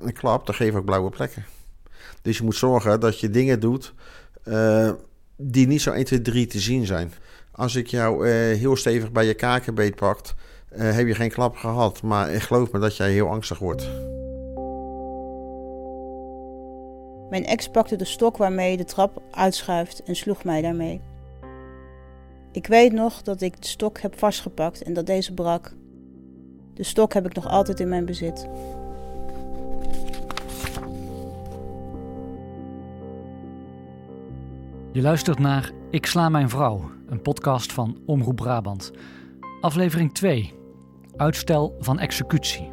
een klap, dat geeft ook blauwe plekken. Dus je moet zorgen dat je dingen doet die niet zo 1, 2, 3 te zien zijn. Als ik jou heel stevig bij je kaken beetpakt, heb je geen klap gehad. Maar geloof me dat jij heel angstig wordt. Mijn ex pakte de stok waarmee je de trap uitschuift en sloeg mij daarmee. Ik weet nog dat ik de stok heb vastgepakt en dat deze brak. De stok heb ik nog altijd in mijn bezit. Je luistert naar Ik sla mijn vrouw, een podcast van Omroep Brabant. Aflevering 2. Uitstel van executie.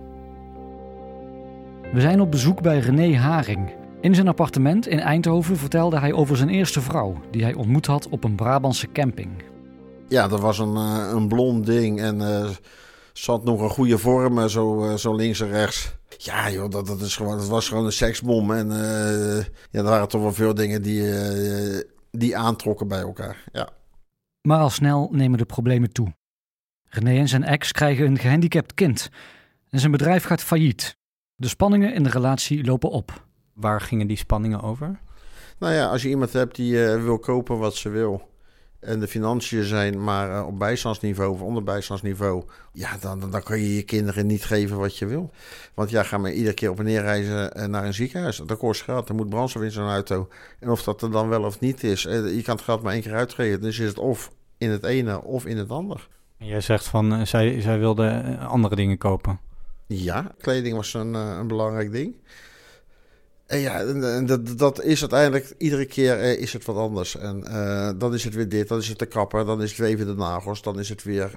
We zijn op bezoek bij René Haring. In zijn appartement in Eindhoven vertelde hij over zijn eerste vrouw, die hij ontmoet had op een Brabantse camping. Ja, dat was een blond ding en zat nog een goede vorm, zo links en rechts. Ja joh, dat was gewoon een seksbom. En er waren toch wel veel dingen die aantrokken bij elkaar, ja. Maar al snel nemen de problemen toe. René en zijn ex krijgen een gehandicapt kind. En zijn bedrijf gaat failliet. De spanningen in de relatie lopen op. Waar gingen die spanningen over? Nou ja, als je iemand hebt die wil kopen wat ze wil en de financiën zijn maar op bijstandsniveau of onder bijstandsniveau, ja, dan kan je je kinderen niet geven wat je wil. Want ja, ga maar iedere keer op en neer reizen naar een ziekenhuis. Dat kost geld, er moet brandstof in zo'n auto. En of dat er dan wel of niet is, je kan het geld maar 1 keer uitgeven. Dus is het of in het ene of in het ander. En jij zegt van, zij wilde andere dingen kopen. Ja, kleding was een belangrijk ding. En ja, dat is uiteindelijk, iedere keer is het wat anders. En dan is het weer dit, dan is het de kapper, dan is het weer even de nagels, dan is het weer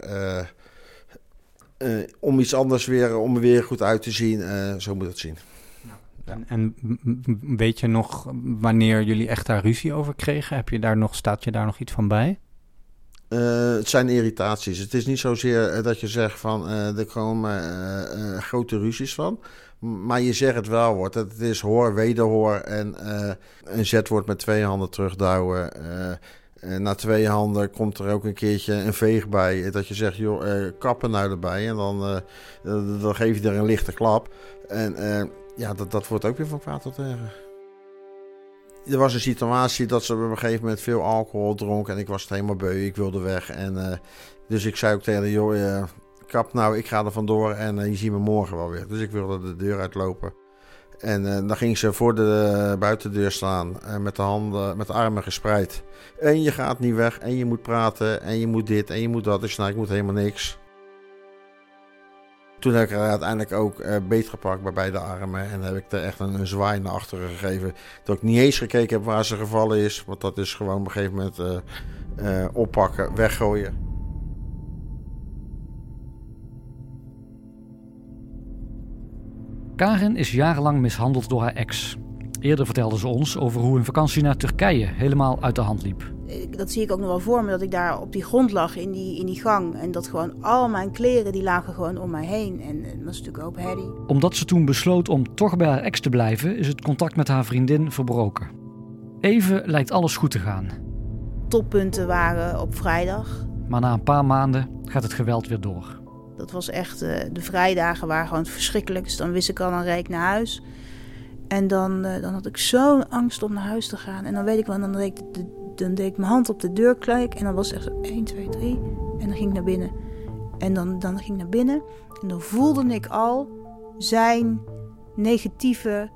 om iets anders weer, om er weer goed uit te zien. Zo moet het zien. Ja. En weet je nog wanneer jullie echt daar ruzie over kregen? Staat je daar nog iets van bij? Het zijn irritaties. Het is niet zozeer dat je zegt van er komen grote ruzies van. Maar je zegt het wel wordt. Het is hoor, wederhoor en een zetwoord met 2 handen terugduwen. Na 2 handen komt er ook een keertje een veeg bij. Dat je zegt, joh, kappen nou erbij. En dan geef je er een lichte klap. En dat wordt ook weer van kwaad tot erger. Er was een situatie dat ze op een gegeven moment veel alcohol dronk. En ik was het helemaal beu, ik wilde weg. En dus ik zei ook tegen haar, joh, kap nou, ik ga er vandoor en je ziet me morgen wel weer. Dus ik wilde de deur uitlopen. En dan ging ze voor de buitendeur staan met de armen gespreid. En je gaat niet weg en je moet praten en je moet dit en je moet dat. Dus nou, ik moet helemaal niks. Toen heb ik haar uiteindelijk ook beetgepakt bij beide armen. En heb ik er echt een zwaai naar achteren gegeven. Dat ik niet eens gekeken heb waar ze gevallen is. Want dat is gewoon op een gegeven moment oppakken, weggooien. Karin is jarenlang mishandeld door haar ex. Eerder vertelde ze ons over hoe een vakantie naar Turkije helemaal uit de hand liep. Dat zie ik ook nog wel voor me, dat ik daar op die grond lag in die gang. En dat gewoon al mijn kleren, die lagen gewoon om mij heen. En dat was natuurlijk ook herrie. Omdat ze toen besloot om toch bij haar ex te blijven, is het contact met haar vriendin verbroken. Even lijkt alles goed te gaan. Toppunten waren op vrijdag. Maar na een paar maanden gaat het geweld weer door. Dat was echt, de vrijdagen waren gewoon verschrikkelijk. Dus dan wist ik al, dan reed ik naar huis. En dan had ik zo'n angst om naar huis te gaan. En dan weet ik wel, dan deed ik mijn hand op de deurkluik. En dan was het echt zo 1, 2, 3. En dan ging ik naar binnen. En dan ging ik naar binnen. En dan voelde ik al zijn negatieve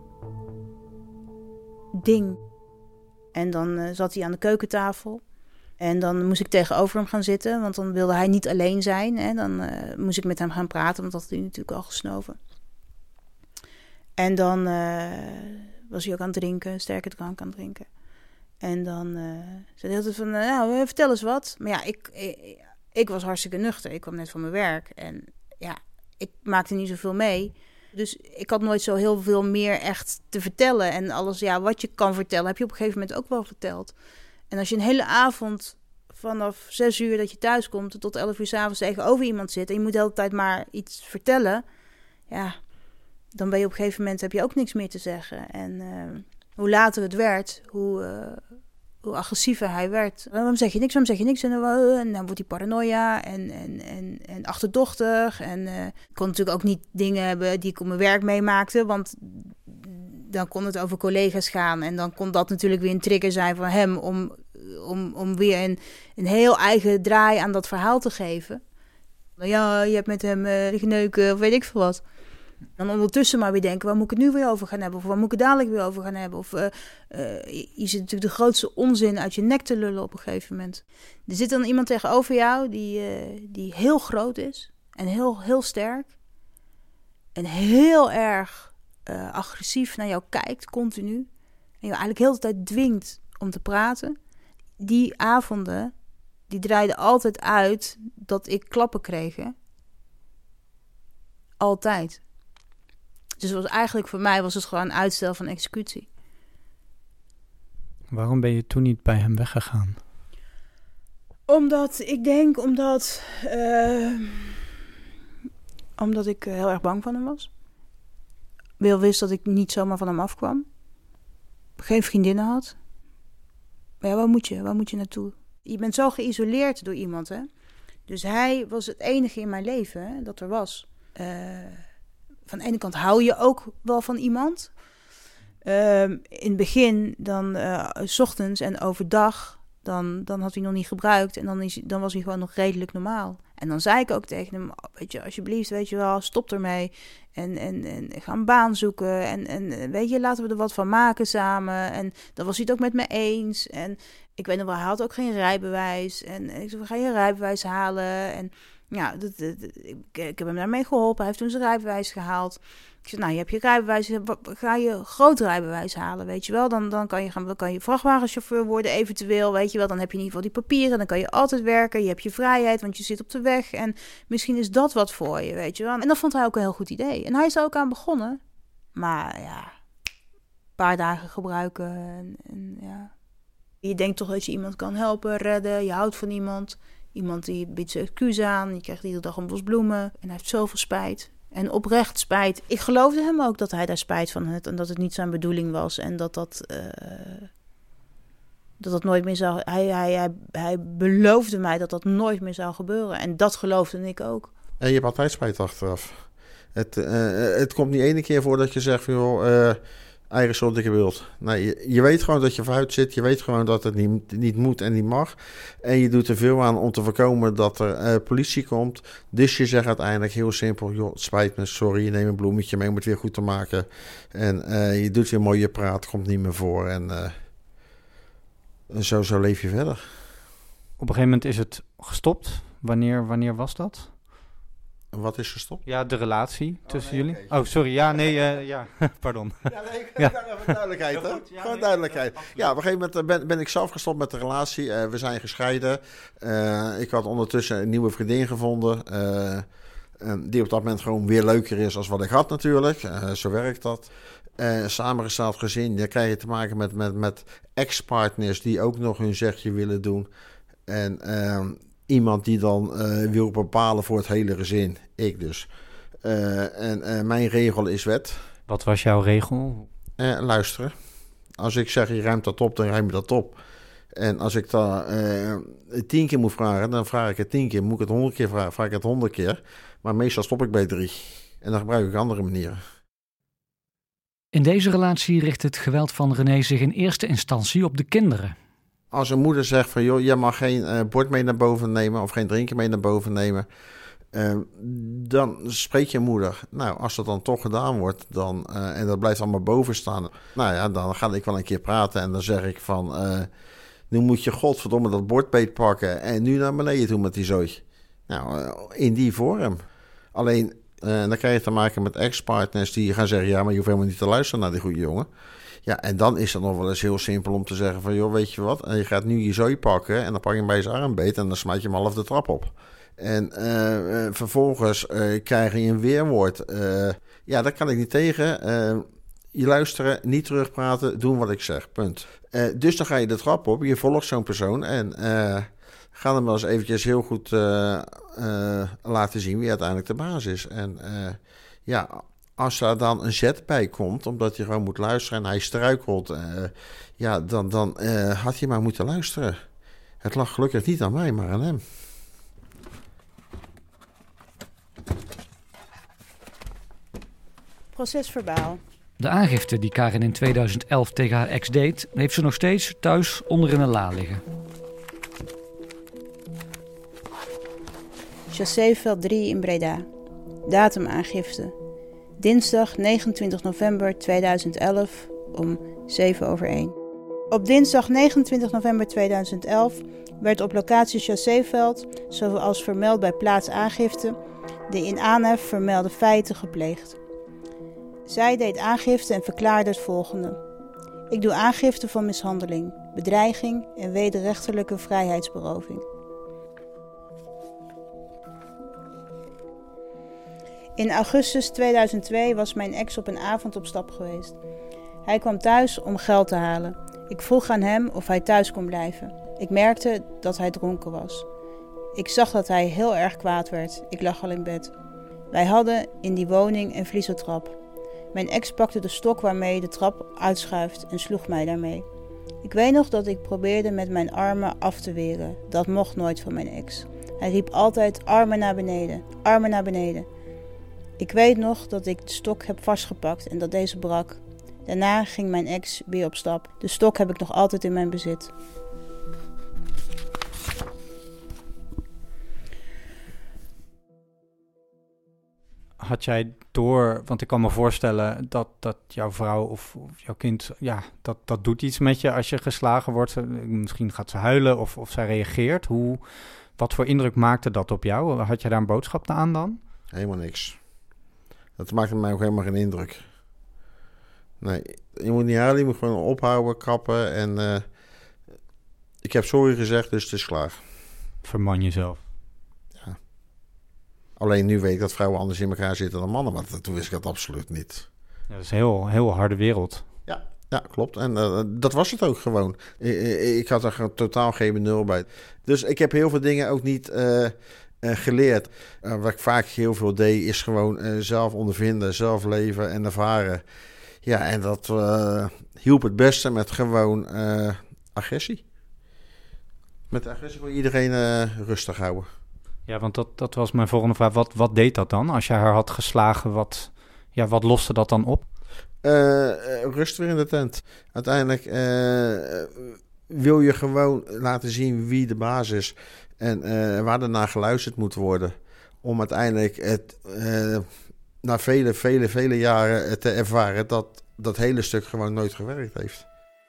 ding. En dan zat hij aan de keukentafel. En dan moest ik tegenover hem gaan zitten. Want dan wilde hij niet alleen zijn. Hè. Dan moest ik met hem gaan praten. Want dat had hij natuurlijk al gesnoven. En dan was hij ook aan het drinken. Sterke drank aan het drinken. En dan zei hij altijd van, nou, vertel eens wat. Maar ja, ik was hartstikke nuchter. Ik kwam net van mijn werk. En ja, ik maakte niet zoveel mee. Dus ik had nooit zo heel veel meer echt te vertellen. En alles, ja, wat je kan vertellen, heb je op een gegeven moment ook wel verteld. En als je een hele avond vanaf 6 uur dat je thuis komt tot 11 uur 's avonds tegenover iemand zit en je moet de hele tijd maar iets vertellen, ja, dan ben je op een gegeven moment, heb je ook niks meer te zeggen. En hoe later het werd, hoe hoe agressiever hij werd. Waarom zeg je niks, waarom zeg je niks? En dan wordt hij paranoia en achterdochtig. En ik kon natuurlijk ook niet dingen hebben die ik op mijn werk meemaakte. Want dan kon het over collega's gaan. En dan kon dat natuurlijk weer een trigger zijn van hem om weer een heel eigen draai aan dat verhaal te geven. Ja, je hebt met hem geneuken of weet ik veel wat. Dan ondertussen maar weer denken, waar moet ik het nu weer over gaan hebben? Of waar moet ik het dadelijk weer over gaan hebben? Of je zit natuurlijk de grootste onzin uit je nek te lullen op een gegeven moment. Er zit dan iemand tegenover jou die heel groot is. En heel, heel sterk. En heel erg agressief naar jou kijkt, continu. En je eigenlijk heel de tijd dwingt om te praten. Die avonden, die draaiden altijd uit dat ik klappen kreeg. Altijd. Dus eigenlijk voor mij was het gewoon uitstel van executie. Waarom ben je toen niet bij hem weggegaan? Omdat ik heel erg bang van hem was. Wil wist dat ik niet zomaar van hem afkwam. Geen vriendinnen had. Maar ja, waar moet je naartoe? Je bent zo geïsoleerd door iemand, hè. Dus hij was het enige in mijn leven, hè, dat er was. Van de ene kant hou je ook wel van iemand. In het begin, dan 's ochtends en overdag, dan had hij nog niet gebruikt. En dan was hij gewoon nog redelijk normaal. En dan zei ik ook tegen hem, weet je, alsjeblieft, weet je wel, stop ermee. En ga een baan zoeken. En weet je, laten we er wat van maken samen. En dan was hij het ook met me eens. En ik weet nog wel, hij had ook geen rijbewijs. En ik zei, ga je rijbewijs halen? En ja, ik heb hem daarmee geholpen. Hij heeft toen zijn rijbewijs gehaald. Ik zei, nou, je hebt je rijbewijs. Ga je groot rijbewijs halen, weet je wel. Dan kan je vrachtwagenchauffeur worden eventueel, weet je wel. Dan heb je in ieder geval die papieren. Dan kan je altijd werken. Je hebt je vrijheid, want je zit op de weg. En misschien is dat wat voor je, weet je wel. En dat vond hij ook een heel goed idee. En hij is er ook aan begonnen. Maar ja, een paar dagen gebruiken. En ja. Je denkt toch dat je iemand kan helpen, redden. Je houdt van iemand. Iemand die biedt zijn excuus aan. Je krijgt iedere dag een bos bloemen. En hij heeft zoveel spijt. En oprecht spijt. Ik geloofde hem ook dat hij daar spijt van had. En dat het niet zijn bedoeling was. En dat nooit meer zou... Hij beloofde mij dat dat nooit meer zou gebeuren. En dat geloofde ik ook. En je hebt altijd spijt achteraf. Het komt niet ene keer voor dat je zegt van, joh, eigen schuld, dikke wild. Nee, je weet gewoon dat je vooruit zit. Je weet gewoon dat het niet moet en niet mag. En je doet er veel aan om te voorkomen dat er politie komt. Dus je zegt uiteindelijk heel simpel, joh, het spijt me, sorry. Je neemt een bloemetje mee om het weer goed te maken. En je doet weer mooie praat, komt niet meer voor. En zo leef je verder. Op een gegeven moment is het gestopt. Wanneer was dat? Wat is gestopt? Ja, de relatie tussen jullie. Okay. Oh, sorry. Ja, nee, ja. Pardon. Ja, nee, even duidelijkheid, hè? Ja, gewoon duidelijkheid. Ja, op een gegeven moment ben ik zelf gestopt met de relatie. We zijn gescheiden. Ik had ondertussen een nieuwe vriendin gevonden. Die op dat moment gewoon weer leuker is als wat ik had natuurlijk. Zo werkt dat. Samengesteld gezin. Dan krijg je te maken met ex-partners die ook nog hun zegje willen doen. En... iemand die dan wil bepalen voor het hele gezin. Ik dus. En mijn regel is wet. Wat was jouw regel? Luisteren. Als ik zeg, je ruimt dat op, dan ruim je dat op. En als ik dat 10 keer moet vragen, dan vraag ik het 10 keer. Moet ik het 100 keer vragen, vraag ik het 100 keer. Maar meestal stop ik bij 3. En dan gebruik ik andere manieren. In deze relatie richt het geweld van René zich in eerste instantie op de kinderen. Als een moeder zegt van, joh, jij mag geen bord mee naar boven nemen of geen drinken mee naar boven nemen, dan spreek je moeder. Nou, als dat dan toch gedaan wordt, dan, en dat blijft allemaal boven staan, nou ja, dan ga ik wel een keer praten en dan zeg ik van, nu moet je godverdomme dat bord beetpakken en nu naar beneden toe met die zooi. Nou, in die vorm. Alleen, dan krijg je te maken met ex-partners die gaan zeggen, ja, maar je hoeft helemaal niet te luisteren naar die goede jongen. Ja, en dan is het nog wel eens heel simpel om te zeggen van, joh, weet je wat? En je gaat nu je zooi pakken en dan pak je hem bij zijn arm beet en dan smijt je hem half de trap op. En vervolgens krijg je een weerwoord. Ja, daar kan ik niet tegen. Je luisteren, niet terugpraten, doen wat ik zeg, punt. Dus dan ga je de trap op, je volgt zo'n persoon en ga hem wel eens eventjes heel goed laten zien wie uiteindelijk de baas is. En ja, als daar dan een zet bij komt, omdat je gewoon moet luisteren en hij struikelt, dan had je maar moeten luisteren. Het lag gelukkig niet aan mij, maar aan hem. Procesverbaal. De aangifte die Karin in 2011 tegen haar ex deed, heeft ze nog steeds thuis onder in een la liggen. Chasséveld 3 in Breda. Datumaangifte. Dinsdag 29 november 2011 om 1:07. Op dinsdag 29 november 2011 werd op locatie Chasséveld, zoals vermeld bij plaatsaangifte, de in aanhef vermelde feiten gepleegd. Zij deed aangifte en verklaarde het volgende. Ik doe aangifte van mishandeling, bedreiging en wederrechtelijke vrijheidsberoving. In augustus 2002 was mijn ex op een avond op stap geweest. Hij kwam thuis om geld te halen. Ik vroeg aan hem of hij thuis kon blijven. Ik merkte dat hij dronken was. Ik zag dat hij heel erg kwaad werd. Ik lag al in bed. Wij hadden in die woning een vliezeltrap. Mijn ex pakte de stok waarmee je de trap uitschuift en sloeg mij daarmee. Ik weet nog dat ik probeerde met mijn armen af te weren. Dat mocht nooit van mijn ex. Hij riep altijd armen naar beneden, armen naar beneden. Ik weet nog dat ik de stok heb vastgepakt en dat deze brak. Daarna ging mijn ex weer op stap. De stok heb ik nog altijd in mijn bezit. Had jij door, want ik kan me voorstellen dat jouw vrouw of jouw kind, dat doet iets met je als je geslagen wordt. Misschien gaat ze huilen of zij reageert. Wat voor indruk maakte dat op jou? Had jij daar een boodschap aan dan? Helemaal niks. Dat maakte mij ook helemaal geen indruk. Nee, je moet niet huilen, je moet gewoon ophouden, kappen en ik heb sorry gezegd, dus het is klaar. Verman jezelf. Ja. Alleen nu weet ik dat vrouwen anders in elkaar zitten dan mannen, maar toen wist ik dat absoluut niet. Ja, dat is een heel harde wereld. Ja, klopt. En dat was het ook gewoon. Ik had er totaal geen benul bij. Dus ik heb heel veel dingen ook niet geleerd. Wat ik vaak heel veel deed, is gewoon zelf ondervinden, zelf leven en ervaren. Ja, en dat hielp het beste met gewoon agressie. Met agressie wil iedereen rustig houden. Ja, want dat was mijn volgende vraag. Wat deed dat dan? Als je haar had geslagen, wat loste dat dan op? Rust weer in de tent. Uiteindelijk wil je gewoon laten zien wie de baas is. En waar er naar geluisterd moet worden. Om uiteindelijk het na vele jaren te ervaren dat hele stuk gewoon nooit gewerkt heeft.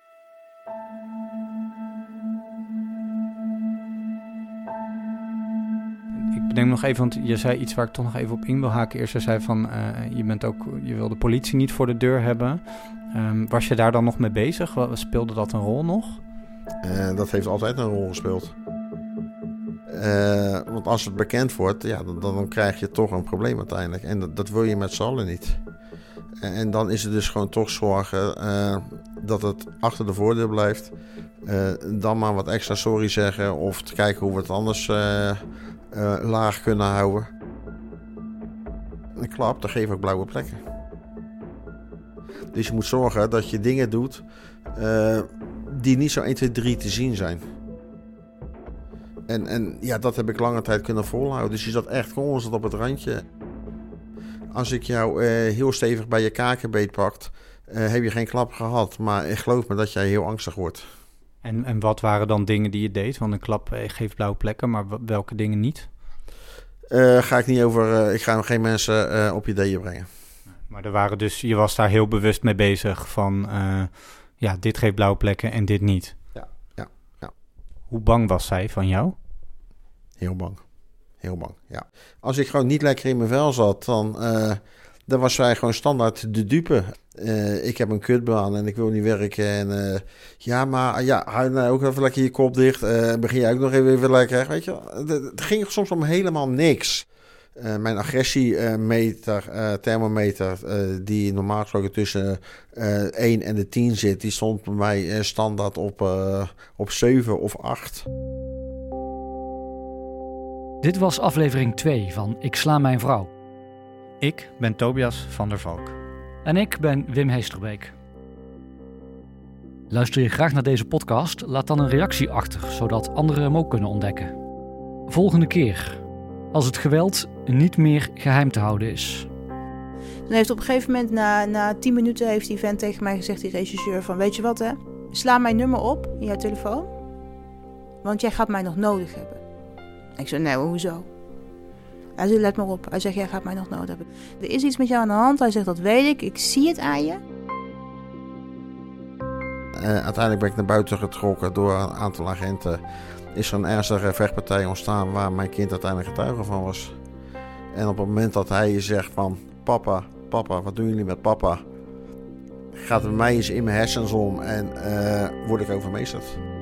Ik bedenk nog even, want je zei iets waar ik toch nog even op in wil haken. Eerst zei van, je wil de politie niet voor de deur hebben. Was je daar dan nog mee bezig? Speelde dat een rol nog? Dat heeft altijd een rol gespeeld. Want als het bekend wordt, ja, dan krijg je toch een probleem uiteindelijk. En dat wil je met z'n allen niet. En dan is het dus gewoon toch zorgen dat het achter de voordeur blijft. Dan maar wat extra sorry zeggen of te kijken hoe we het anders laag kunnen houden. Een klap, dat geeft ook blauwe plekken. Dus je moet zorgen dat je dingen doet die niet zo 1, 2, 3 te zien zijn. En ja, dat heb ik lange tijd kunnen volhouden. Dus je zat echt constant op het randje. Als ik jou heel stevig bij je kaken beetpakt, heb je geen klap gehad. Maar geloof me dat jij heel angstig wordt. En wat waren dan dingen die je deed? Want een klap geeft blauwe plekken, maar welke dingen niet? Ga ik niet over. Ik ga geen mensen op ideeën brengen. Maar er waren dus, je was daar heel bewust mee bezig van, dit geeft blauwe plekken en dit niet. Ja. Hoe bang was zij van jou? Heel bang, ja. Als ik gewoon niet lekker in mijn vel zat, dan was zij gewoon standaard de dupe. Ik heb een kutbaan en ik wil niet werken. En hou nou ook even lekker je kop dicht. Begin jij ook nog even lekker, weet je. Het ging soms om helemaal niks. Mijn agressiemeter, thermometer, die normaal gesproken tussen 1 en de 10 zit, die stond bij mij standaard op 7 of 8. Dit was aflevering 2 van Ik sla mijn vrouw. Ik ben Tobias van der Valk. En ik ben Wim Heesterbeek. Luister je graag naar deze podcast? Laat dan een reactie achter, zodat anderen hem ook kunnen ontdekken. Volgende keer, als het geweld niet meer geheim te houden is. Toen heeft op een gegeven moment, na 10 minuten, heeft die vent tegen mij gezegd, die regisseur, van weet je wat hè, sla mijn nummer op in jouw telefoon, want jij gaat mij nog nodig hebben. Ik zei, nee, hoezo? Hij zei, let maar op. Hij zegt, jij gaat mij nog nodig hebben. Er is iets met jou aan de hand. Hij zegt, dat weet ik zie het aan je. Uiteindelijk ben ik naar buiten getrokken door een aantal agenten. Is er een ernstige vechtpartij ontstaan waar mijn kind uiteindelijk getuige van was. En op het moment dat hij zegt van, papa, wat doen jullie met papa? Gaat het bij mij eens in mijn hersens om en word ik overmeesterd.